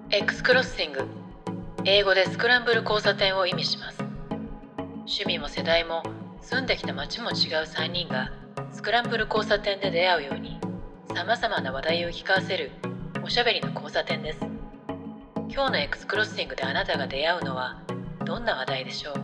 Xクロッシング、英語でスクランブル交差点を意味します。趣味も世代も住んできた街も違う3人がスクランブル交差点で出会うように、さまざまな話題を聞かせるおしゃべりの交差点です。今日の Xクロッシングであなたが出会うのはどんな話題でしょう。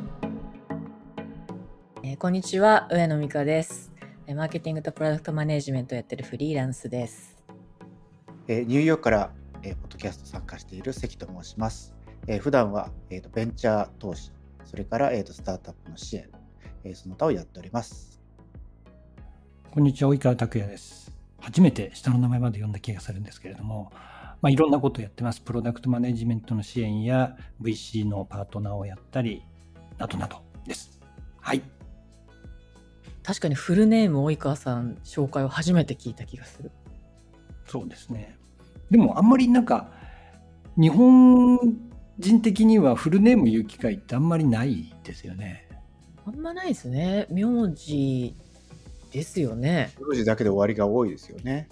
こんにちは、上野美香です。マーケティングとプロダクトマネジメントをやっているフリーランスです。 ニューヨークからポッドキャスト参加している関と申します。普段はベンチャー投資、それからスタートアップの支援、その他をやっております。 こんにちは、及川拓也です。初めて下の名前まで読んだ気がするんですけれども、いろんなことをやってます。プロダクトマネジメントの支援や VC のパートナーをやったりなどなどです。はい。 確かにフルネーム及川さん紹介を初めて聞いた気がする。 そうですね。でもあんまり日本人的にはフルネーム言う機会ってあんまりないですよね。 あんまないですね。名字ですよね。 名字だけで終わりが多いですよね。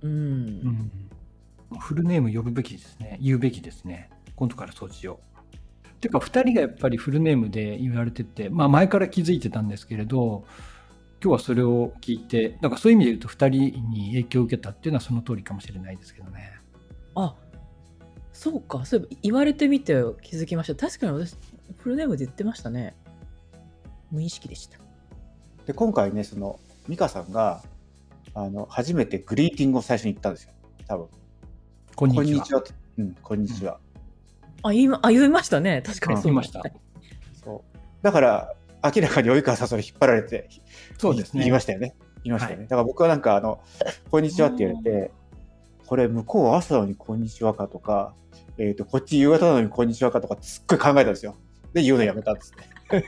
フルネーム呼ぶべきですね。言うべきですね。今度からそうしよう。てか2人がやっぱりフルネームで言われてて、前から気づいてたんですけれど、今日はそれを聞いて、そういう意味で言うと2人に影響を受けたっていうのはその通りかもしれないですけどね。 あ、そうか。そういえば言われてみて気づきました。確かに私フルネームで言ってましたね。無意識でした。 で、今回ね、美香さんが初めてグリーティングを最初に言ったんですよ。多分。 こんにちは。 こんにちは。 言いましたね。確かにそう言いました。 そう。だから明らかに及川さんそれ引っ張られて、 そうですね。 言いましたよね。だから僕はこんにちはって言われて、これ向こう朝なのにこんにちはかとか、こっち夕方なのにこんにちはかとかすっごい考えたんですよ。で、言うのやめたんですね。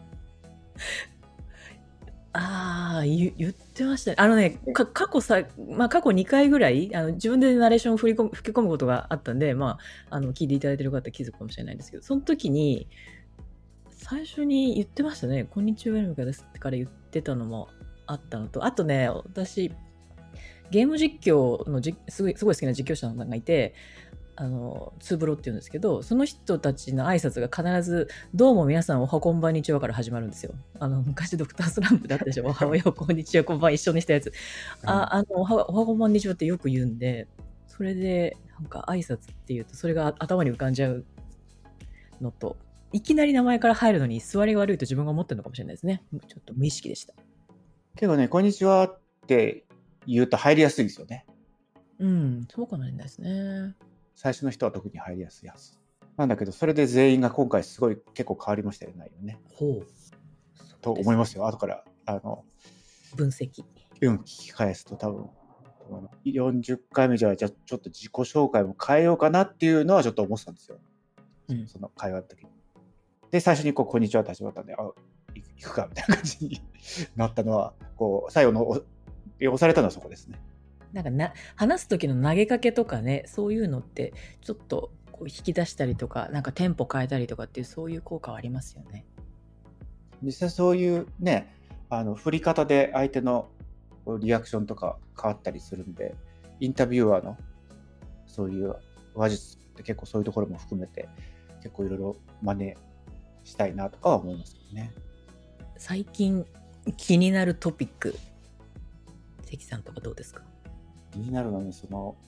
言ってましたね。過去2回ぐらい自分でナレーションを吹き込むことがあったんで、聞いていただいてる方は気づくかもしれないんですけど、その時に最初に言ってましたね。こんにちは、上野美香ですってから言ってたのもあったのと、あとね、私ゲーム実況のすごい好きな実況者の方がいて、ツーブロって言うんですけど、その人たちの挨拶が必ずどうも皆さんおはこんばんにちはから始まるんですよ。昔ドクタースランプだったでしょ。おはようこんにちはこんばん一緒にしたやつ、おはこんばんにちはってよく言うんで、それで挨拶っていうとそれが頭に浮かんじゃうのと、いきなり名前から入るのに座りが悪いと自分が思ってるのかもしれないですね。ちょっと無意識でした。 結構ね、こんにちはって言うと入りやすいですよね。 そうかもしれないですね。 最初の人は特に入りやすいやつなんだけど、それで全員が今回すごい結構変わりましたよね。と思いますよ。後から分析聞き返すと多分40回目じゃあちょっと自己紹介も変えようかなっていうのはちょっと思ってたんですよ。その会話の時に。で、最初にこんにちはって始まったんで、行くかみたいな感じになったのは、最後の押されたのはそこですね。 話す時の投げかけとかね、そういうのってちょっと引き出したりとか、テンポ変えたりとかっていう、そういう効果はありますよね。 実際そういうね、振り方で相手のリアクションとか変わったりするんで、インタビュアーのそういう話術って結構そういうところも含めて結構いろいろ真似したいなとかは思いますけどね。 最近気になるトピック、関さんとかどうですか？ 気になるのに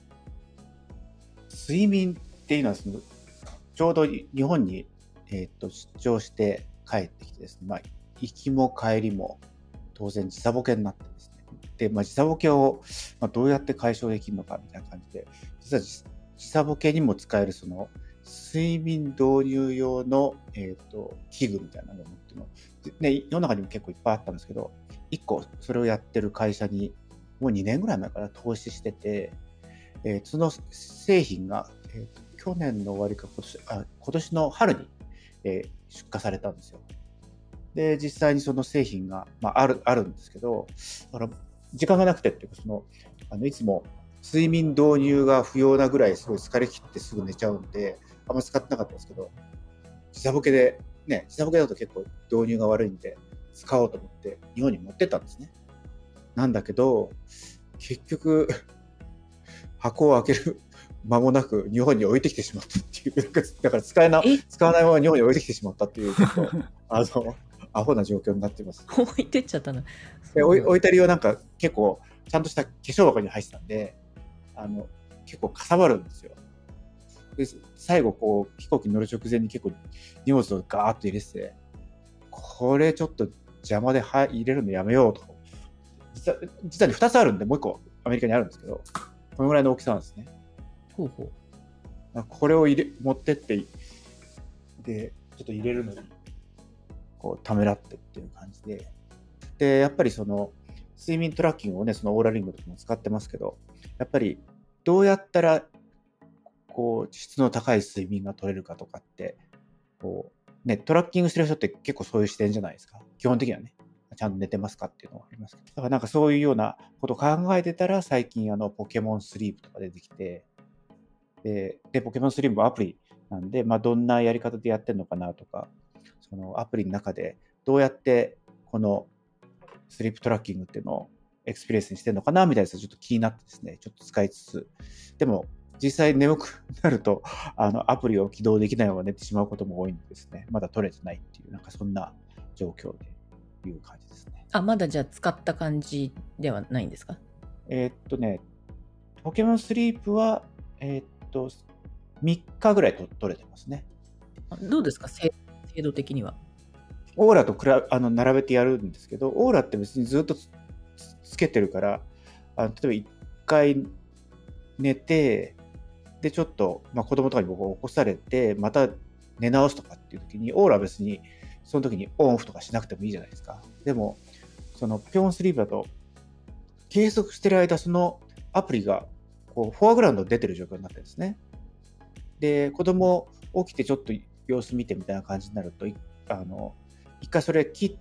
睡眠っていうのはちょうど日本に、出張して帰ってきてですね、行きも帰りも当然時差ボケになってですね、で、時差ボケを、どうやって解消できるのかみたいな感じで、実は時差ボケにも使える睡眠導入用の、器具みたいなのを持ってるので、世の中にも結構いっぱいあったんですけど、1個それをやってる会社にもう2年ぐらい前から投資してて、その製品が、去年の終わりか今年の春に、出荷されたんですよ。で、実際にその製品が、あるんですけど、だから時間がなくてっていうかいつも睡眠導入が不要なぐらいすごい疲れ切ってすぐ寝ちゃうんで、あんま使ってなかったんですけど、時差ボケだと結構導入が悪いんで使おうと思って日本に持ってったんですね。なんだけど結局箱を開ける間もなく日本に置いてきてしまったっていう、だから使わないまま日本に置いてきてしまったっていう、ちょっとアホな状況になっています。 置いてっちゃったな。 で置いた理由はなんか結構ちゃんとした化粧箱に入ってたんで、結構かさばるんですよ。で最後こう飛行機に乗る直前に結構荷物をガーッと入れてて、これちょっと邪魔で入れるのやめようと。実は2つあるんで、もう1個アメリカにあるんですけど、このぐらいの大きさなんですね。 ほうほう。 これを持ってってでちょっと入れるのにこうためらってっていう感じで、やっぱりその睡眠トラッキングをね、そのオーラリングとかも使ってますけど、やっぱりどうやったらこう質の高い睡眠が取れるかとかってこう、ね、トラッキングしてる人って結構そういう視点じゃないですか。基本的にはね、ちゃんと寝てますかっていうのがありますけど、だからなんかそういうようなことを考えてたら、最近ポケモンスリープとか出てきて、でポケモンスリープもアプリなんで、どんなやり方でやってるのかなとか、そのアプリの中でどうやってこのスリープトラッキングっていうのをエクスペリエンスにしてるのかなみたいなやつがちょっと気になってですね、ちょっと使いつつ、でも実際眠くなるとアプリを起動できないまま寝てしまうことも多いんでですね、まだ取れてないっていう、なんかそんな状況でいう感じですね。 まだじゃあ使った感じではないんですか？ ポケモンスリープは3日ぐらい取れてますね。 どうですか、精度的には？ オーラと並べてやるんですけど、オーラって別にずっと つけてるから、例えば1回寝て、でちょっと、子供とかに僕起こされてまた寝直すとかっていう時に、オーラは別にその時にオンオフとかしなくてもいいじゃないですか。でもそのポケモンスリープだと計測してる間、そのアプリがこうフォアグラウンド出てる状況になってるんですね。で子供起きてちょっと様子見てみたいな感じになると、一回それ切って、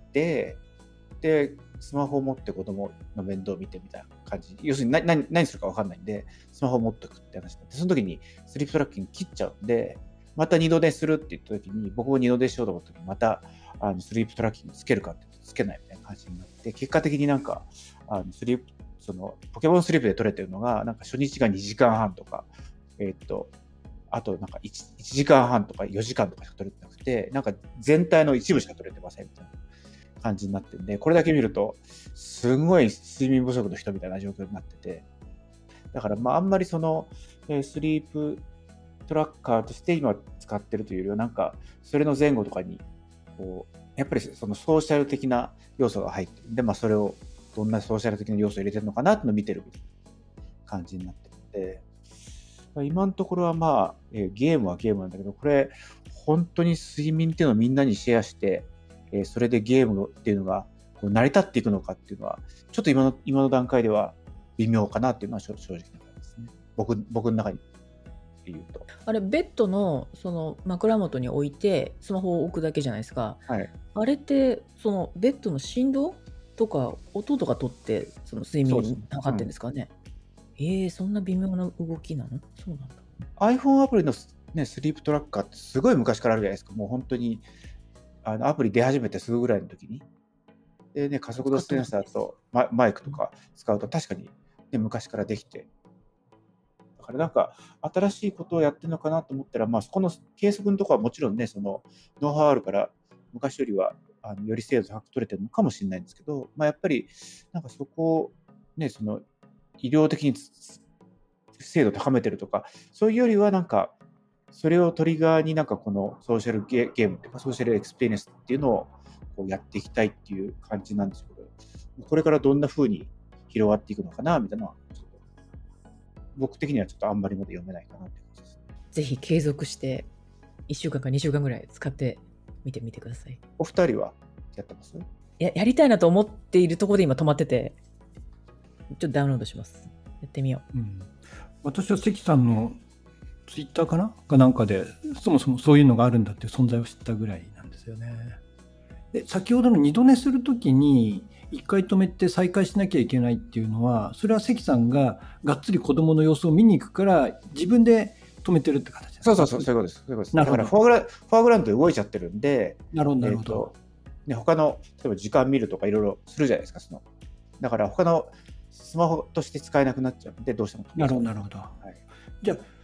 でスマホを持って子供の面倒を見てみたいな感じ、要するに何するか分かんないんでスマホを持っておくって話になって、その時にスリープトラッキング切っちゃうんで、また二度寝するって言った時に、僕も二度寝しようと思った時にまたスリープトラッキングつけるかってつけないみたいな感じになって、結果的になんかそのポケモンスリープで取れてるのが、なんか初日が2時間半とか、あとなんか 1時間半とか4時間とかしか取れてなくて、なんか全体の一部しか取れてませんみたいな感じになってるんで、これだけ見るとすごい睡眠不足の人みたいな状況になってて、だからあんまりそのスリープトラッカーとして今使ってるというよりは、なんかそれの前後とかにこうやっぱりそのソーシャル的な要素が入ってるんで、それをどんなソーシャル的な要素を入れてるのかなっていうのを見てる感じになってるんで、今のところはゲームはゲームなんだけど、これ本当に睡眠っていうのをみんなにシェアして、それでゲームっていうのがこう成り立っていくのかっていうのは、ちょっと今の段階では微妙かなっていうのは正直な感じですね。僕の中に言うと。 あれ、ベッドのその枕元に置いてスマホを置くだけじゃないですか。 はい。 あれってそのベッドの振動とか音とか取ってその睡そうです眠測ってるんですかね。そんな微妙な動きなの？そうなんだ。 iPhone アプリの、ね、スリープトラッカーってすごい昔からあるじゃないですか。もう本当にアプリ出始めてすぐぐらいの時に。でね、加速度センサーとマイクとか使うと確かに、ね、昔からできて。だからなんか新しいことをやってるのかなと思ったら、この計測のところはもちろんね、そのノウハウあるから昔よりはより精度高く取れてるのかもしれないんですけど、やっぱりなんかそこをね、その医療的に精度を高めてるとか、そういうよりはなんかそれをトリガーになんかこのソーシャルゲームというかソーシャルエクスペリエンスっていうのをこうやっていきたいっていう感じなんですけど、これからどんな風に広がっていくのかなみたいなのはちょっと僕的にはちょっとあんまりまだ読めないかなって感じですね。 ぜひ継続して1週間か2週間ぐらい使ってみてみてください。 お二人はやってます？ やりたいなと思っているところで今止まってて、ちょっとダウンロードします。やってみよう。 私は関さんのツイッターかなんかでそもそもそういうのがあるんだっていう存在を知ったぐらいなんですよね。で、先ほどの二度寝するときに一回止めて再開しなきゃいけないっていうのは、それは関さんががっつり子供の様子を見に行くから自分で止めてるって形ですか？ そういうことです。 なるほど。 だからフォアグラウンドで動いちゃってるんで、 なるほど。 ね、他の例えば時間見るとかいろいろするじゃないですか。だから他のスマホとして使えなくなっちゃうんで、どうしても止めちゃう。 なるほど。はい、じゃあ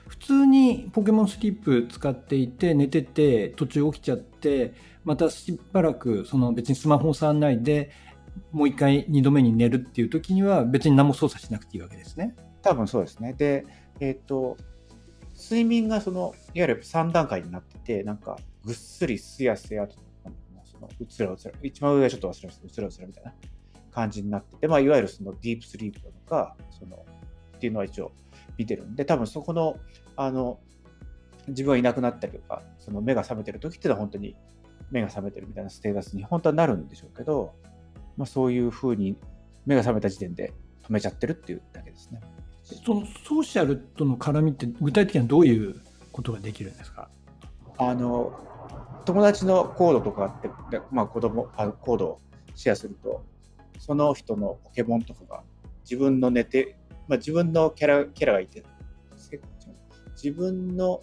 普通にポケモンスリープ使っていて寝てて途中起きちゃってまたしばらくその別にスマホを触らないでもう一回2度目に寝るっていう時には別に何も操作しなくていいわけですね。 多分そうですね。で、睡眠がいわゆる3段階になってて、なんかぐっすりすやすやと、うつらうつら、一番上はちょっと忘れました、うつらうつらみたいな感じになってて、いわゆるディープスリープとか、っていうのは一応見てるんで、多分そこの、自分がいなくなったりとか、目が覚めてる時っていうのは本当に目が覚めてるみたいなステータスに本当はなるんでしょうけど、そういう風に目が覚めた時点で止めちゃってるっていうだけですね。 そのソーシャルとの絡みって具体的にはどういうことができるんですか？ 友達のコードとかって、コードをシェアすると、その人のポケモンとかが自分の自分のキャラがいて、自分の、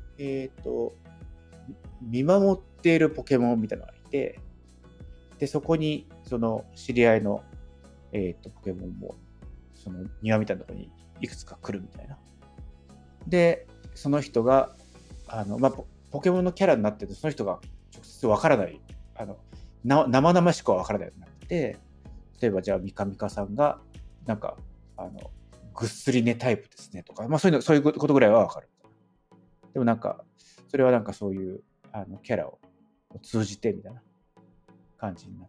見守っているポケモンみたいなのがいて、で、そこにその知り合いの、ポケモンもその庭みたいなところにいくつか来るみたいな。で、その人がポケモンのキャラになってて、その人が直接わからない、生々しくはわからないようになってて、例えばじゃあ三上さんがなんかぐっすり寝タイプですねとか、そういうことぐらいはわかる。でもなんかそれはなんかそういうキャラを通じてみたいな感じになって、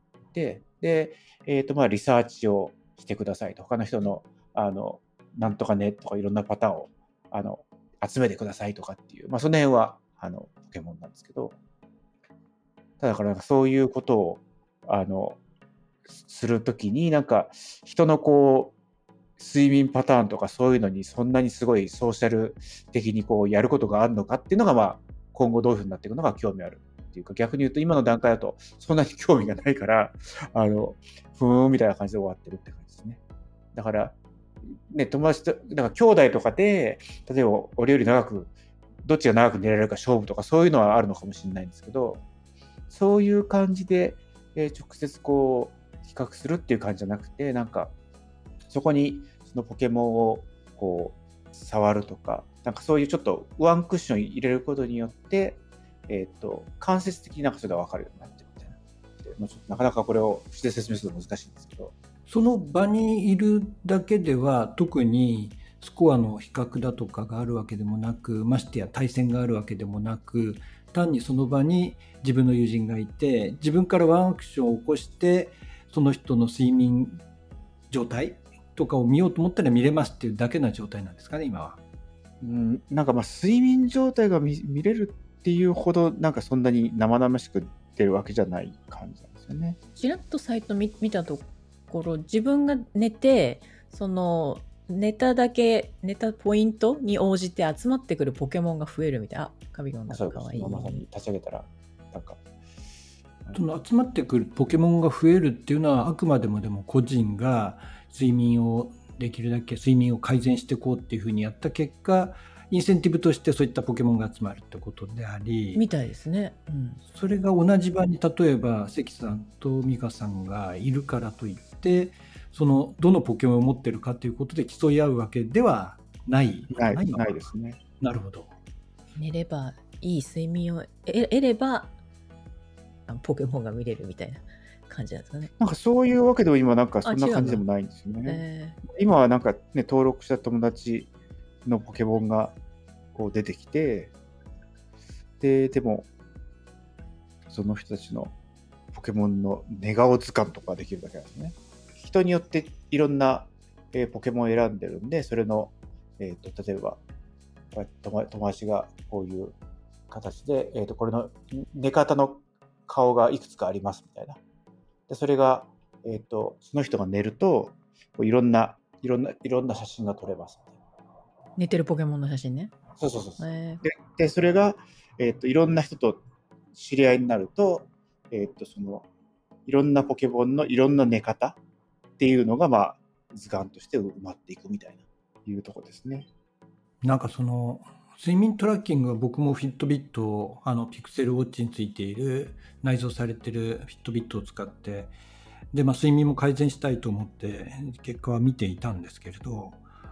で、リサーチをしてくださいと、他の人のなんとかねとかいろんなパターンを集めてくださいとかっていう、その辺はポケモンなんですけど、ただからなんかそういうことをするときになんか人の睡眠パターンとかそういうのにそんなにすごいソーシャル的にやることがあるのかっていうのが今後どういうふうになっていくのが興味あるっていうか、逆に言うと今の段階だとそんなに興味がないからふーんみたいな感じで終わってるって感じですね。だからね、友達とだから兄弟とかで例えば俺より長くどっちが長く寝られるか勝負とかそういうのはあるのかもしれないんですけど、そういう感じで、直接比較するっていう感じじゃなくて、なんかそこにそのポケモンを触るとか、なんかそういうちょっとワンクッション入れることによって、間接的になんかそれが分かるようになってるみたいな。ちょっとなかなかこれを口で説明するの難しいんですけど。 その場にいるだけでは特にスコアの比較だとかがあるわけでもなく、ましてや対戦があるわけでもなく、単にその場に自分の友人がいて、自分からワンアクションを起こしてその人の睡眠状態とかを見ようと思ったら見れますっていうだけの状態なんですかね、今は。 なんか睡眠状態が 見れるっていうほどなんかそんなに生々しく出るわけじゃない感じなんですよね。 ちらっとサイト見たところ、自分が寝て寝たポイントに応じて集まってくるポケモンが増えるみたいな。カビゴンだかわいい。 まさに立ち上げたらなんかその集まってくるポケモンが増えるっていうのはあくまでも個人が睡眠をできるだけ睡眠を改善していこうっていうふうにやった結果、インセンティブとしてそういったポケモンが集まるってことであり、 みたいですね。 それが同じ場に例えば関さんと美香さんがいるからといってどのポケモンを持ってるかということで競い合うわけではないですね。 なるほど。 寝ればいい睡眠を得ればポケモンが見れるみたいな感じなんですかね。 なんかそういうわけでも今なんかそんな感じでもないんですよね。今はなんかね、登録した友達のポケモンが出てきて、でもその人たちのポケモンの寝顔図鑑とかできるだけなんですね。人によっていろんな、ポケモンを選んでるんで、それの、例えば友達がこういう形で、これの寝方の顔がいくつかありますみたいな。でそれが、その人が寝るといろんな写真が撮れます。 寝てるポケモンの写真ね。 そう。でそれが、いろんな人と知り合いになると、そのいろんなポケモンのいろんな寝方っていうのが図鑑として埋まっていくみたいないうところですね。 なんか睡眠トラッキングは僕もフィットビットピクセルウォッチについている内蔵されているフィットビットを使ってで、睡眠も改善したいと思って結果は見ていたんですけれど、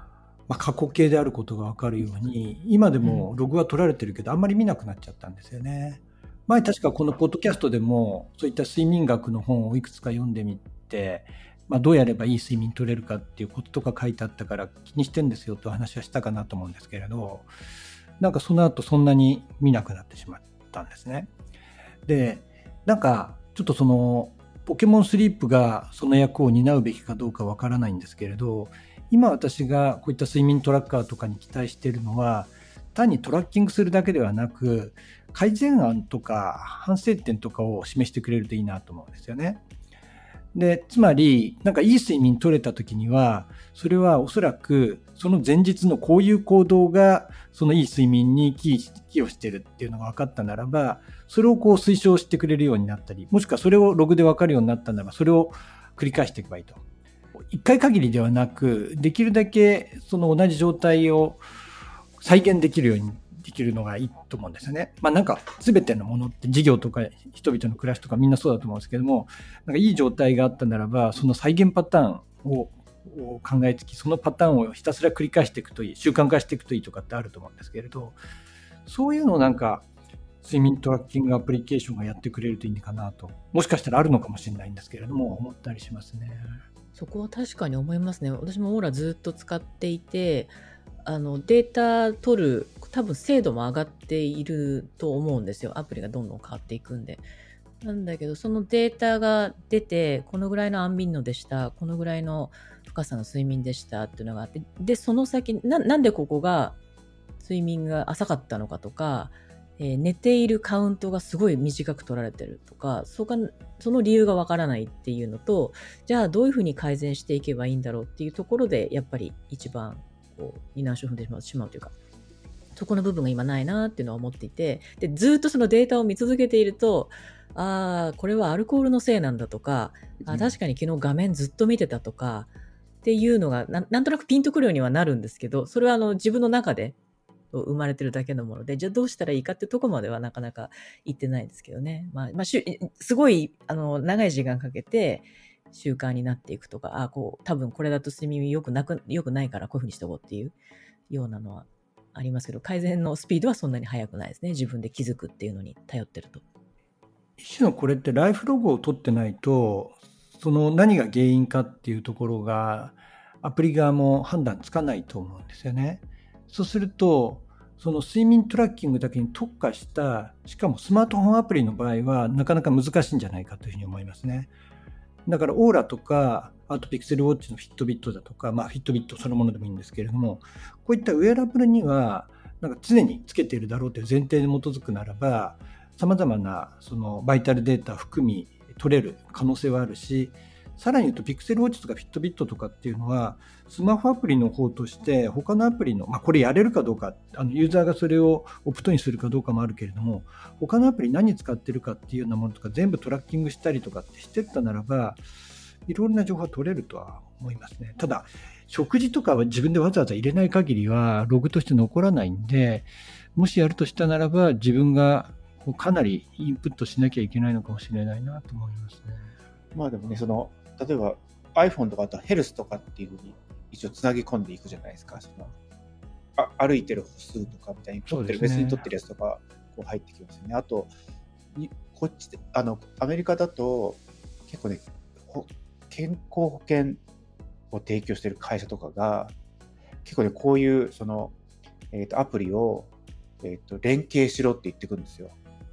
過去形であることが分かるように、今でもログは取られてるけど、あんまり見なくなっちゃったんですよね。前確かこのポッドキャストでもそういった睡眠学の本をいくつか読んでみて、どうやればいい睡眠取れるかっていうこととか書いてあったから気にしてんですよという話はしたかなと思うんですけれど、なんかその後そんなに見なくなってしまったんですね。で、なんかちょっとそのポケモンスリープがその役を担うべきかどうかわからないんですけれど、今私がこういった睡眠トラッカーとかに期待しているのは、単にトラッキングするだけではなく、改善案とか反省点とかを示してくれるといいなと思うんですよね。で、つまり、なんかいい睡眠取れた時には、それはおそらくその前日のこういう行動がそのいい睡眠に寄与してるっていうのが分かったならば、それをこう推奨してくれるようになったり、もしくはそれをログで分かるようになったならば、それを繰り返していけばいいと。一回限りではなく、できるだけその同じ状態を再現できるようにできるのがいいと思うんですよね。なんか全てのものって事業とか人々の暮らしとかみんなそうだと思うんですけども、なんかいい状態があったならば、その再現パターンを考えつき、そのパターンをひたすら繰り返していくといい、習慣化していくといいとかってあると思うんですけれど、そういうのをなんか睡眠トラッキングアプリケーションがやってくれるといいのかなと、もしかしたらあるのかもしれないんですけれども、思ったりしますね。 そこは確かに思いますね。私もオーラずっと使っていて、データ取る多分精度も上がっていると思うんですよ。アプリがどんどん変わっていくんで。なんだけど、そのデータが出て、このぐらいの安眠度でした、このぐらいの深さの睡眠でしたっていうのがあって、でその先なんでここが睡眠が浅かったのかとか、寝ているカウントがすごい短く取られてるとか、その理由がわからないっていうのと、じゃあどういうふうに改善していけばいいんだろうっていうところで、やっぱり一番担わしを踏んでしまうというか、そこの部分が今ないなっていうのは思っていて、でずっとそのデータを見続けていると、これはアルコールのせいなんだとか、確かに昨日画面ずっと見てたとかっていうのがなんとなくピンとくるようにはなるんですけど、それは自分の中で生まれてるだけのもので、じゃあどうしたらいいかってとこまではなかなか言ってないですけどね。すごい長い時間かけて習慣になっていくとか、多分これだと睡眠良くないからこういうふうにしておこうっていうようなのはありますけど、改善のスピードはそんなに速くないですね。自分で気づくっていうのに頼ってると。 一種のこれってライフログを取ってないと、その何が原因かっていうところがアプリ側も判断つかないと思うんですよね。そうすると、その睡眠トラッキングだけに特化した、しかもスマートフォンアプリの場合はなかなか難しいんじゃないかというふうに思いますね。だからオーラとか、あとピクセルウォッチのフィットビットだとか、フィットビットそのものでもいいんですけれども、こういったウェアラブルにはなんか常につけているだろうという前提に基づくならば、さまざまなそのバイタルデータを含み取れる可能性はあるし、さらに言うとピクセルウォッチとかフィットビットとかっていうのはスマホアプリの方として他のアプリの、これやれるかどうか、ユーザーがそれをオプトにするかどうかもあるけれども、他のアプリ何使ってるかっていうようなものとか全部トラッキングしたりとかってしてったならば、いろいろな情報が取れるとは思いますね。ただ食事とかは自分でわざわざ入れない限りはログとして残らないんで、もしやるとしたならば自分がかなりインプットしなきゃいけないのかもしれないなと思いますね。 でもね、例えば iPhone とかあとヘルスとかっていうふうに一応つなぎ込んでいくじゃないですか。歩いてる歩数とかみたいに別に撮ってるやつとかこう入ってきますよね。あとこっちでアメリカだと結構ね、健康保険を提供している会社とかが結構ね、こういうアプリを、連携しろって言ってくるんですよ。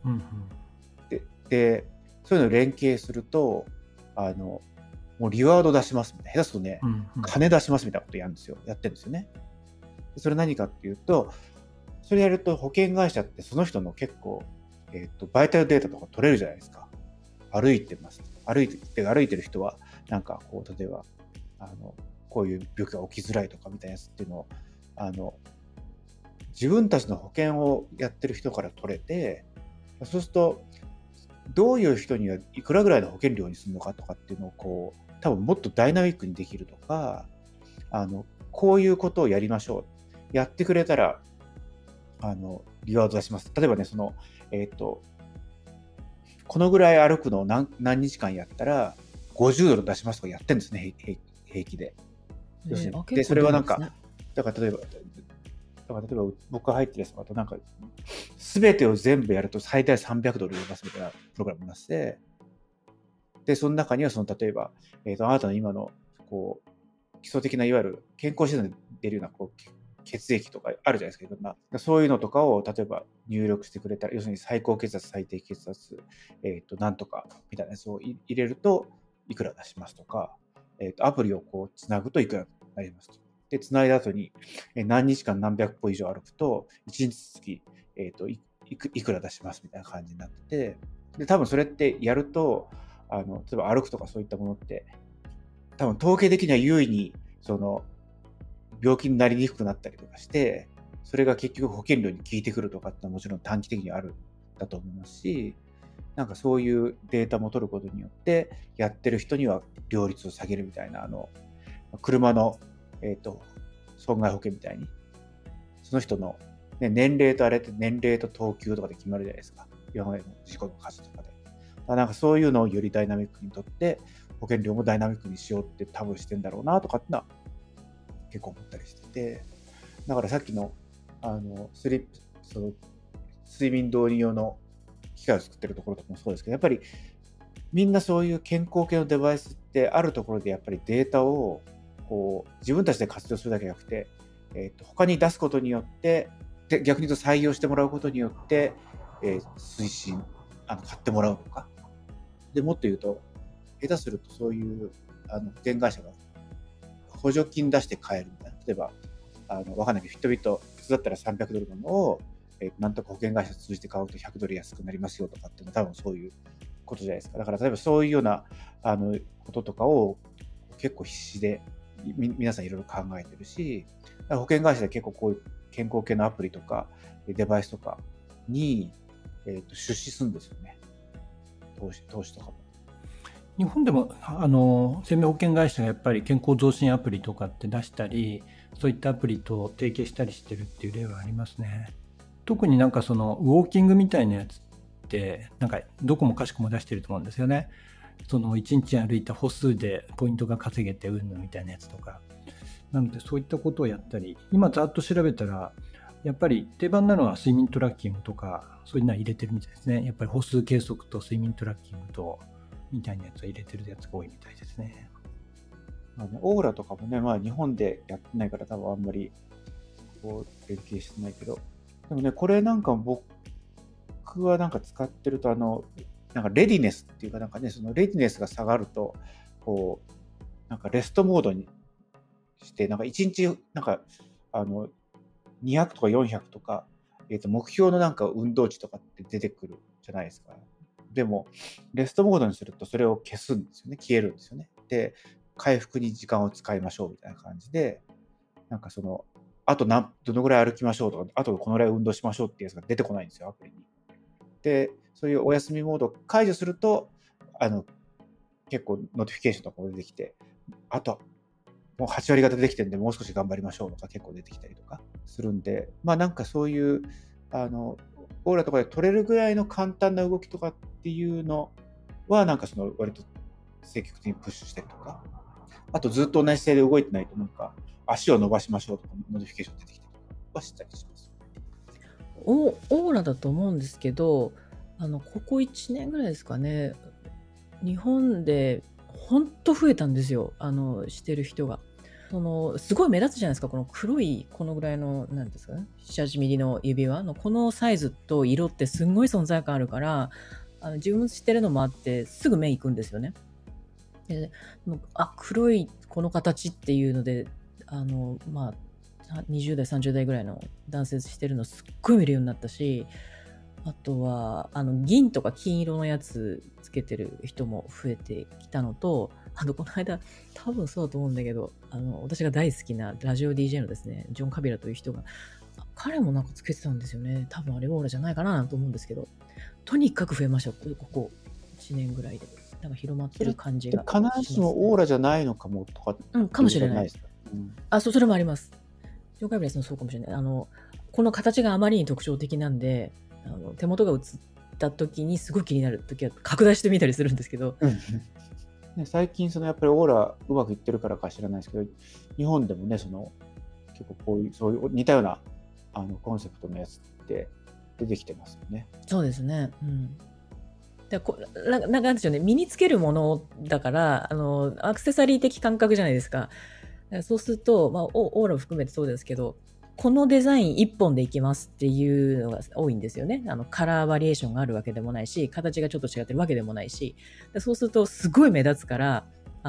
でそういうのを連携するともうリワード出しますみたいな、下手するとね、金出しますみたいなことやってるんですよね。それ何かっていうと、それやると保険会社ってその人の結構、バイタルデータとか取れるじゃないですか。歩いてる人はなんか例えばこういう病気が起きづらいとかみたいなやつっていうのを自分たちの保険をやってる人から取れて、そうするとどういう人にはいくらぐらいの保険料にするのかとかっていうのを多分もっとダイナミックにできるとか、こういうことをやりましょう、やってくれたらリワード出します。例えばね、このぐらい歩くのを何日間やったら$50出しますとかやってるんですね、平気で。でそれはなんかだから例えば僕が入ってるやつだとなんか全てを全部やると最大$300入れますみたいなプログラムになってて、でその中にはその例えば、あなたの今のこう基礎的ないわゆる健康診断で出るようなこう血液とかあるじゃないですか、いろんなそういうのとかを例えば入力してくれたら、要するに最高血圧最低血圧、なんとかみたいなやつを入れるといくら出しますとか、アプリをこうつなぐといくらになりますと。でつないだ後に何日間何百歩以上歩くと1日月、いくら出しますみたいな感じになってて、で多分それってやると例えば歩くとかそういったものって多分統計的には優位にその病気になりにくくなったりとかして、それが結局保険料に効いてくるとかってのはもちろん短期的にあるんだと思いますし、なんかそういうデータも取ることによってやってる人には両立を下げるみたいな、車の、損害保険みたいにその人の、ね、年齢とあれって年齢と等級とかで決まるじゃないですか、今までの事故の数とかで。なんかそういうのをよりダイナミックにとって保険料もダイナミックにしようって多分してんだろうなとかってのは結構思ったりしてて、だからさっきのその睡眠導入用の機械を作ってるところとかもそうですけど、やっぱりみんなそういう健康系のデバイスってあるところでやっぱりデータをこう自分たちで活用するだけじゃなくて、他に出すことによってで逆に言うと採用してもらうことによって、推進買ってもらうとかで、もっと言うと下手するとそういう保険会社が補助金出して買えるみたいな、例えばわかんないけどフィットビット普通だったら$300のものを、なんとか保険会社通じて買うと$100安くなりますよとかっていうのは多分そういうことじゃないですか。だから例えばそういうようなこととかを結構必死で皆さんいろいろ考えてるし、保険会社で結構こういう健康系のアプリとかデバイスとかに、出資するんですよね。投資とかも。 日本でも生命保険会社がやっぱり健康増進アプリとかって出したり、そういったアプリと提携したりしてるっていう例はありますね。特になんかそのウォーキングみたいなやつってなんかどこもかしこも出してると思うんですよね。その1日歩いた歩数でポイントが稼げてうんぬみたいなやつとか。なのでそういったことをやったり、今ざっと調べたらやっぱり定番なのは睡眠トラッキングとかそういうのは入れてるみたいですね。やっぱり歩数計測と睡眠トラッキングとみたいなやつは入れてるやつが多いみたいですね。 オーラとかもね、日本でやってないから多分あんまりこう連携してないけど、でもね、これなんか僕はなんか使ってるとなんかレディネスっていうかなんかね、そのレディネスが下がるとこうなんかレストモードにしてなんか1日なんか200とか400とか、目標のなんか運動値とかって出てくるじゃないですか。でもレストモードにするとそれを消すんですよね、消えるんですよね。で回復に時間を使いましょうみたいな感じで、なんかそのあとどのぐらい歩きましょうとか、あとこのぐらい運動しましょうっていうやつが出てこないんですよ、アプリに。でそういうお休みモードを解除すると結構ノティフィケーションとかも出てきて、あともう8割方出てきてるんでもう少し頑張りましょうとか結構出てきたりとかするんで、なんかそういうオーラとかで取れるぐらいの簡単な動きとかっていうのはなんかその割と積極的にプッシュしたりとか、あとずっと同じ姿勢で動いてないとなんか足を伸ばしましょうとかノティフィケーション出てきたりとかはしたりします。 オーラだと思うんですけど、ここ1年ぐらいですかね、日本でほんと増えたんですよ、してる人が。すごい目立つじゃないですか、この黒いこのぐらいの何ですかね、7、8ミリの指輪のこのサイズと色ってすんごい存在感あるから、自分知ってるのもあってすぐ目いくんですよね。で黒いこの形っていうので20代30代ぐらいの男性してるのすっごい見るようになったし、あとは銀とか金色のやつつけてる人も増えてきたのと、この間多分そうだと思うんだけど、私が大好きなラジオ DJ のですねジョン・カビラという人が、彼もなんかつけてたんですよね。多分あれオーラじゃないかなと思うんですけど、とにかく増えました。ここ1年ぐらいでなんか広まってる感じが、 必ずしもオーラじゃないのかもとか、 かもしれない。それもあります。ジョン・カビラさんそうかもしれない。この形があまりに特徴的なんで、手元が映った時にすごい気になる時は拡大してみたりするんですけど、 最近やっぱりオーラうまくいってるからか知らないですけど、日本でもね結構こういうそういう似たようなコンセプトのやつって出てきてますよね。 そうですね。なんかですよね、身につけるものだからアクセサリー的感覚じゃないですか。だからそうすると、オーラを含めてそうですけど、このデザイン1本でいきますっていうのが多いんですよね。カラーバリエーションがあるわけでもないし、形がちょっと違ってるわけでもないし、でそうするとすごい目立つから、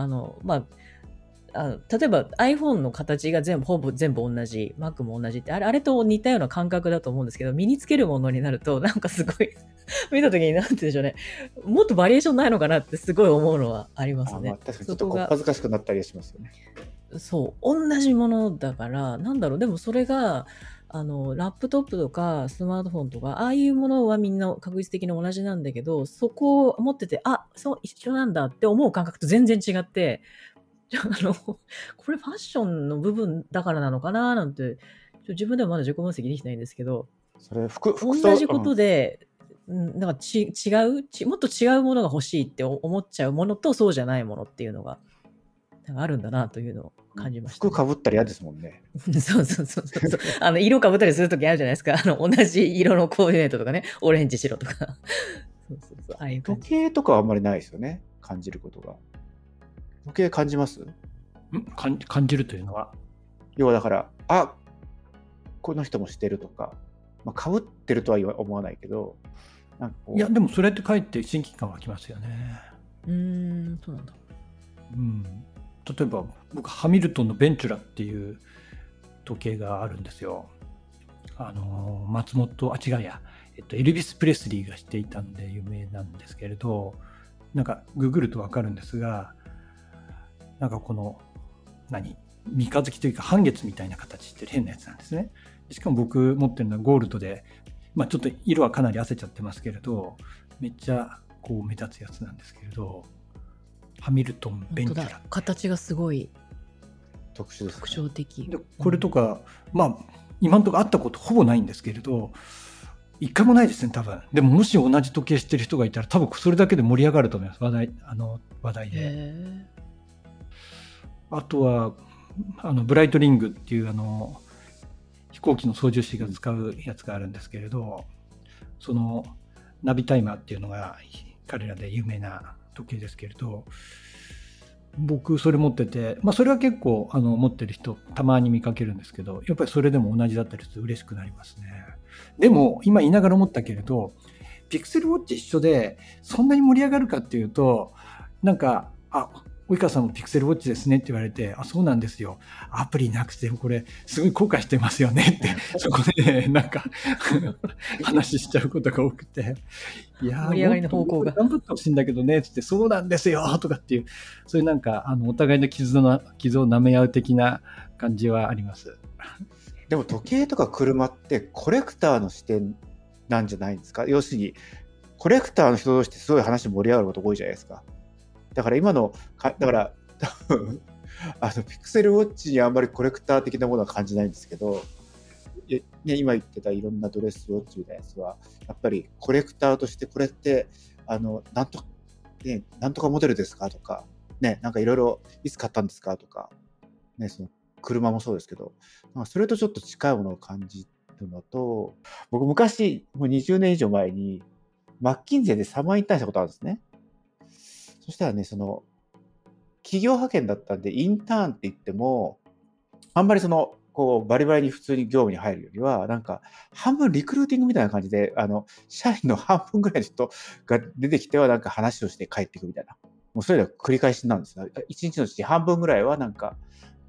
例えば iPhone の形がほぼ全部同じ、Mac も同じって、あれと似たような感覚だと思うんですけど、身につけるものになると、なんかすごい見たときになんて言うんでしょうね、もっとバリエーションないのかなってすごい思うのはありますね。 確かにちょっと恥ずかしくなったりしますよね。 そう、同じものだから、なんだろう、でもそれが、ラップトップとかスマートフォンとか、ああいうものはみんな確実的に同じなんだけど、そこを持ってて、そう、一緒なんだって思う感覚と全然違って、これファッションの部分だからなのかななんて、自分でもまだ自己分析できないんですけど、 それ服同じことで、なんか違う、もっと違うものが欲しいって思っちゃうものとそうじゃないものっていうのがなんかあるんだなというのを感じました、 服かぶったら嫌ですもんね。 そう色かぶったりするときあるじゃないですか。同じ色のコーディネートとかね、オレンジ白とかそうああいう感じ。 時計とかはあんまりないですよね、感じることが。時計感じます？ 感じるというのは、 要はだからこの人もしてるとか、かぶってるとは思わないけど、なんかいやでもそれってかえって親近感湧きますよね。 そうなんだ。 例えば僕ハミルトンのベンチュラっていう時計があるんですよ。松本エルビス・プレスリーがしていたんで有名なんですけれど、なんかググると分かるんですが、なんかこの三日月というか半月みたいな形してる変なやつなんですね。しかも僕持ってるのはゴールドで、ちょっと色はかなり褪せちゃってますけれど、めっちゃこう目立つやつなんですけれど、ハミルトンベンチュラ、 形がすごい特殊ですね。 特徴的でこれとか、今のところ会ったことほぼないんですけれど、一回もないですね多分。でももし同じ時計してる人がいたら多分それだけで盛り上がると思います。話題で。あとはブライトリングっていう飛行機の操縦士が使うやつがあるんですけれど、そのナビタイマーっていうのが彼らで有名な時計ですけれど、僕それ持ってて、それは結構持ってる人たまに見かけるんですけど、やっぱりそれでも同じだったりすると嬉しくなりますね。でも今言いながら思ったけれど、ピクセルウォッチ一緒でそんなに盛り上がるかっていうと、なんか及川さんもピクセルウォッチですねって言われて、そうなんですよ、アプリなくてこれすごい後悔してますよねってそこでなんか話しちゃうことが多くて、いや盛り上がりの方向が頑張ってほしいんだけどねって、そうなんですよとかっていう、そういうなんかお互いの傷を舐め合う的な感じはあります。 でも時計とか車ってコレクターの視点なんじゃないんですか。要するにコレクターの人同士ってすごい話盛り上がること多いじゃないですか。だから今のだから多分ピクセルウォッチにあんまりコレクター的なものは感じないんですけど、今言ってたいろんなドレスウォッチみたいなやつはやっぱりコレクターとして、これってなんとかモデルですかとかね、なんかいろいろいつ買ったんですかとかね、その車もそうですけど、それとちょっと近いものを感じるのと、僕昔もう20年以上前にマッキンゼーでサマーインターンしたことあるんですね。そしたらね、その企業派遣だったんで、インターンって言ってもあんまりこうバリバリに普通に業務に入るよりは、なんか半分リクルーティングみたいな感じで、社員の半分ぐらいの人が出てきてはなんか話をして帰っていくみたいな、もうそれら繰り返しなんですよ。一日のうち半分ぐらいはなんか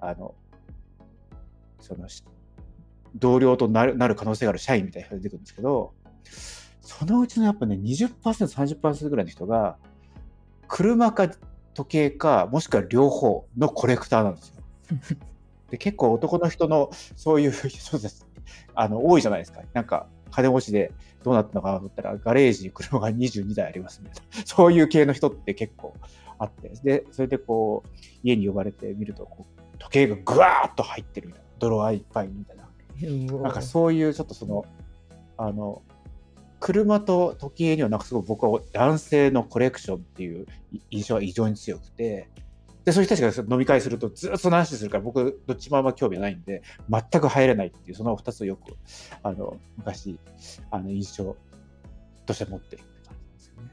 その同僚となる可能性がある社員みたいな人が出てくるんですけど、そのうちのやっぱね 20%、30% ぐらいの人が車か時計かもしくは両方のコレクターなんですよ。で結構男の人のそういう人です多いじゃないですか。なんか金持ちでどうなったのかなと思ったらガレージに車が22台ありますみたいな、そういう系の人って結構あって、でそれでこう家に呼ばれてみると時計がぐわーっと入ってるみたいな、泥合いっぱいみたいな、なんかそういうちょっと車と時計にはなんかすごい僕は男性のコレクションっていう印象が異常に強くて、 で、そういう人たちが飲み会するとずっとその話するから、僕、どっちもあんま興味ないんで、全く入れないっていう、その2つをよく、昔、印象として持ってるって感じですよね。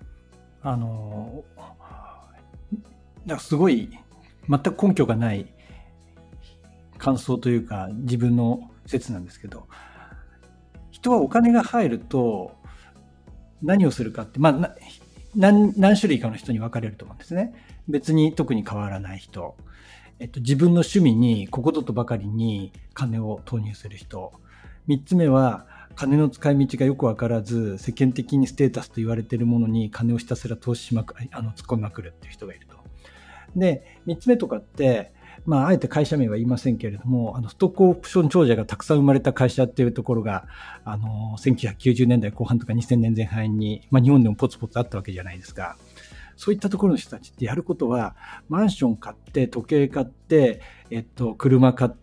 だからすごい、全く根拠がない感想というか、自分の説なんですけど、人はお金が入ると何をするかって、何種類かの人に分かれると思うんですね。別に特に変わらない人、自分の趣味にここぞとばかりに金を投入する人、3つ目は金の使い道がよく分からず世間的にステータスと言われているものに金をひたすら投資しまく突っ込みまくるっていう人がいると。で3つ目とかって、あえて会社名は言いませんけれども、ストックオプション長者がたくさん生まれた会社っていうところが、1990年代後半とか2000年前半に、日本でもポツポツあったわけじゃないですか。そういったところの人たちってやることは、マンション買って、時計買って、車買って、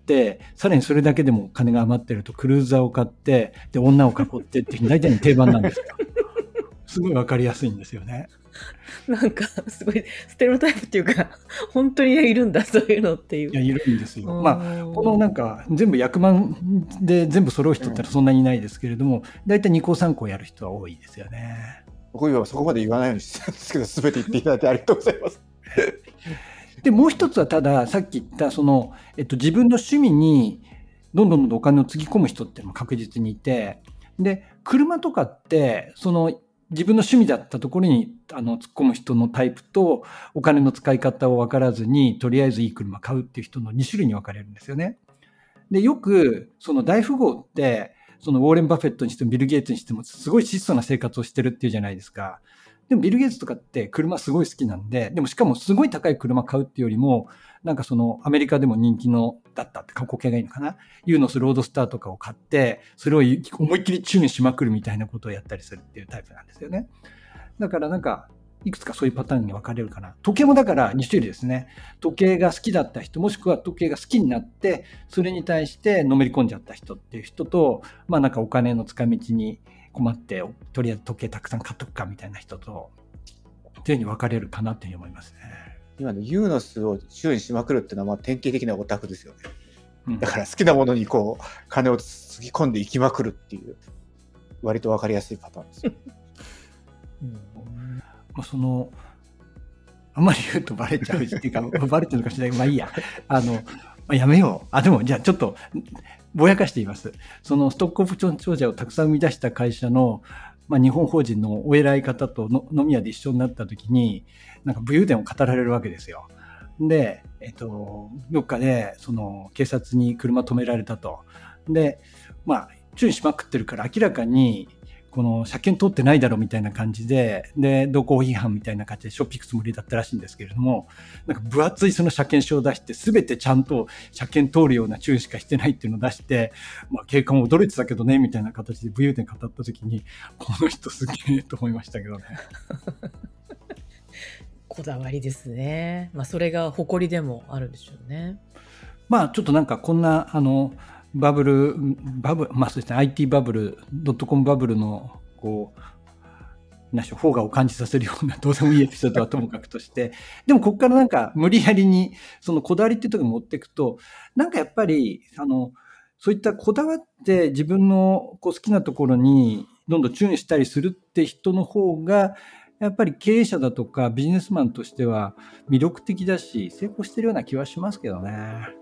さらにそれだけでも金が余ってると、クルーザーを買って、で、女を囲ってっていう、大体の定番なんですよ。すごいわかりやすいんですよね。 なんかすごいステレオタイプっていうか、本当にいるんだそういうのっていう。 いや、いるんですよ。このなんか全部100万で全部揃う人ってそんなにいないですけれども、大体2個3個やる人は多いですよね。 僕はそこまで言わないようにしてたんですけど、全て言っていただいてありがとうございます。 で、もう一つはただ、さっき言ったその、自分の趣味にどんどんお金をつぎ込む人っていうのも確実にいて、で、車とかってその自分の趣味だったところに突っ込む人のタイプと、お金の使い方を分からずにとりあえずいい車買うっていう人の2種類に分かれるんですよね。で、よくその大富豪ってそのウォーレン・バフェットにしてもビル・ゲイツにしてもすごい質素な生活をしてるっていうじゃないですか。でもビル・ゲイツとかって車すごい好きなんで、でもしかもすごい高い車買うっていうよりも、なんかそのアメリカでも人気のだったって過去形がいいのかな、ユーノスロードスターとかを買ってそれを思いっきりチューンしまくるみたいなことをやったりするっていうタイプなんですよね。だからなんかいくつかそういうパターンに分かれるかな。時計もだから2種類ですね。時計が好きだった人、もしくは時計が好きになってそれに対してのめり込んじゃった人っていう人と、なんかお金の使い道に困ってとりあえず時計たくさん買っとくかみたいな人とっていうふうに分かれるかなというふうに思いますね。 今のユーノスを周囲にしまくるっていうのは典型的なオタクですよね。だから好きなものにこう金をつぎ込んでいきまくるっていう割と分かりやすいパターンですよ。 そのあんまり言うとバレちゃうっていうかバレてるのかしらない。いいややめよう。でもじゃあちょっとぼやかして言います。そのストックオプション長者をたくさん生み出した会社の日本法人のお偉い方と飲み屋で一緒になった時になんか武勇伝を語られるわけですよ。で、どっかでその警察に車止められたと。で、注意しまくってるから明らかにこの車検通ってないだろうみたいな感じで、道交法違反みたいな感じでしょっぴくつもりだったらしいんですけれども、なんか分厚いその車検証を出して全てちゃんと車検通るような注意しかしてないっていうのを出して、警官も驚いてたけどねみたいな形で武勇伝語った時に、この人すげえと思いましたけどね。 こだわりですね。それが誇りでもあるんでしょうね。 ちょっとなんかこんなバブル、そうですね、IT バブル、.com バブルのこうフォーガを感じさせるようなどうでもいいエピソードはともかくとして、でもここからなんか無理やりにそのこだわりっていうところに持っていくと、なんかやっぱりそういったこだわって自分の好きなところにどんどんチューンしたりするって人の方がやっぱり経営者だとかビジネスマンとしては魅力的だし成功してるような気はしますけどね。